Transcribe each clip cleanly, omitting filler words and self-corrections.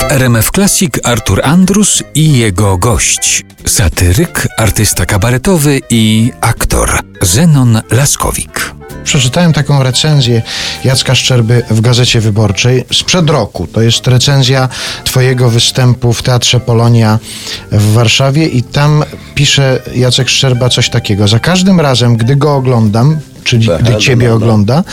W RMF Classic Artur Andrus i jego gość. Satyryk, artysta kabaretowy i aktor Zenon Laskowik. Przeczytałem taką recenzję Jacka Szczerby w Gazecie Wyborczej sprzed roku. To jest recenzja twojego występu w Teatrze Polonia w Warszawie i tam pisze Jacek Szczerba coś takiego. Za każdym razem, gdy go oglądam, czyli gdy ciebie ogląda,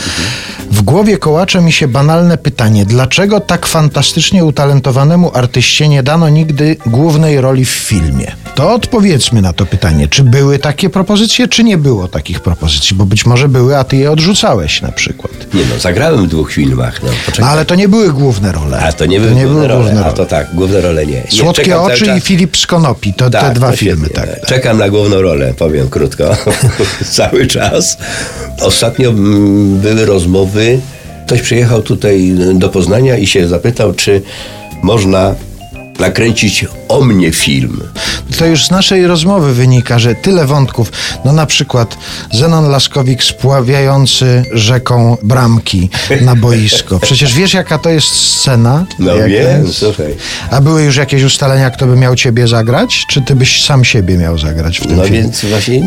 w głowie kołacze mi się banalne pytanie, dlaczego tak fantastycznie utalentowanemu artyście nie dano nigdy głównej roli w filmie? To odpowiedzmy na to pytanie, czy były takie propozycje, czy nie było takich propozycji, bo być może były, a ty je odrzucałeś na przykład. Nie no, zagrałem w 2 filmach. No, ale to nie były główne role. A to nie były główne role. A to tak, główne role nie. Słodkie oczy i Filip z Konopi, to te 2 filmy. Tak. Czekam na główną rolę, powiem krótko, cały czas. Ostatnio były rozmowy, ktoś przyjechał tutaj do Poznania i się zapytał, czy można nakręcić o mnie film. To już z naszej rozmowy wynika, że tyle wątków, no na przykład Zenon Laskowik spławiający rzeką bramki na boisko. Przecież wiesz, jaka to jest scena? No wiem, słuchaj. A były już jakieś ustalenia, kto by miał ciebie zagrać? Czy ty byś sam siebie miał zagrać w tym filmie? No więc właśnie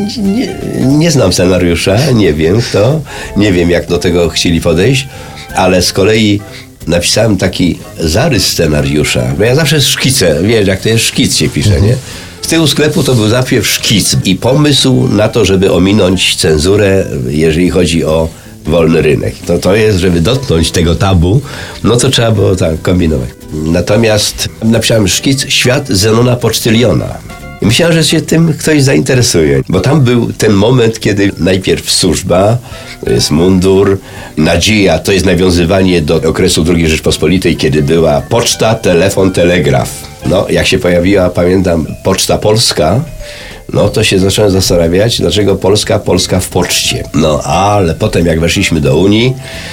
nie znam scenariusza, nie wiem kto, nie wiem jak do tego chcieli podejść, ale z kolei napisałem taki zarys scenariusza, bo ja zawsze szkicę, wiesz, jak to jest szkic się pisze, nie? Z tyłu sklepu to był zawsze szkic i pomysł na to, żeby ominąć cenzurę, jeżeli chodzi o wolny rynek. To jest, żeby dotknąć tego tabu, no to trzeba było tak kombinować. Natomiast napisałem szkic Świat Zenona Pocztyliona. I myślałem, że się tym ktoś zainteresuje, bo tam był ten moment, kiedy najpierw służba, to jest mundur, nadzieja, to jest nawiązywanie do okresu II Rzeczpospolitej, kiedy była poczta, telefon, telegraf. No, jak się pojawiła, pamiętam, Poczta Polska, no to się zacząłem zastanawiać, dlaczego Polska w poczcie. No, ale potem jak weszliśmy do Unii,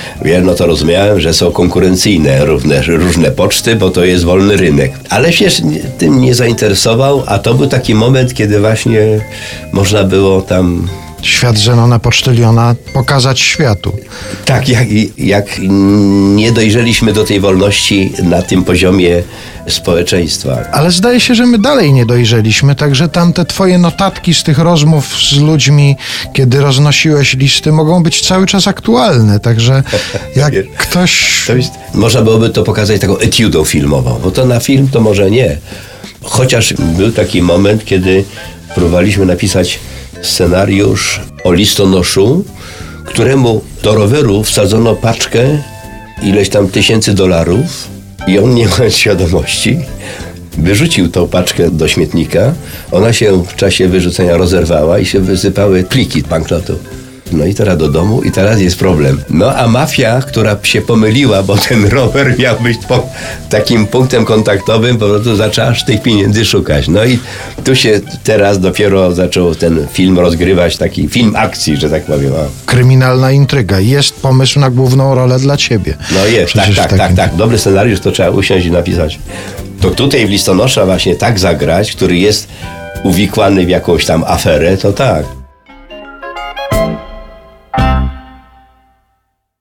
no to rozumiałem, że są konkurencyjne różne poczty, bo to jest wolny rynek. Ale się tym nie zainteresował, a to był taki moment, kiedy właśnie można było tam... Świat Zenona Pocztyliona pokazać światu. Tak, jak nie dojrzeliśmy do tej wolności na tym poziomie społeczeństwa. Ale zdaje się, że my dalej nie dojrzeliśmy, także tam te twoje notatki z tych rozmów z ludźmi, kiedy roznosiłeś listy, mogą być cały czas aktualne, także jak ktoś... Można byłoby to pokazać taką etiudą filmową, bo to na film to może nie. Chociaż był taki moment, kiedy próbowaliśmy napisać scenariusz o listonoszu, któremu do roweru wsadzono paczkę ileś tam $1000 i on, nie mając świadomości, wyrzucił tą paczkę do śmietnika. Ona się w czasie wyrzucenia rozerwała i się wysypały pliki banknotu. No i teraz do domu i teraz jest problem. No a mafia, która się pomyliła, bo ten rower miał być takim punktem kontaktowym, po prostu zaczęła tych pieniędzy szukać. No i tu się teraz dopiero zaczął ten film rozgrywać, taki film akcji, że tak powiem. Kryminalna intryga. Jest pomysł na główną rolę dla ciebie. No jest, tak. Dobry scenariusz to trzeba usiąść i napisać. To tutaj w listonosza właśnie tak zagrać, który jest uwikłany w jakąś tam aferę, to tak.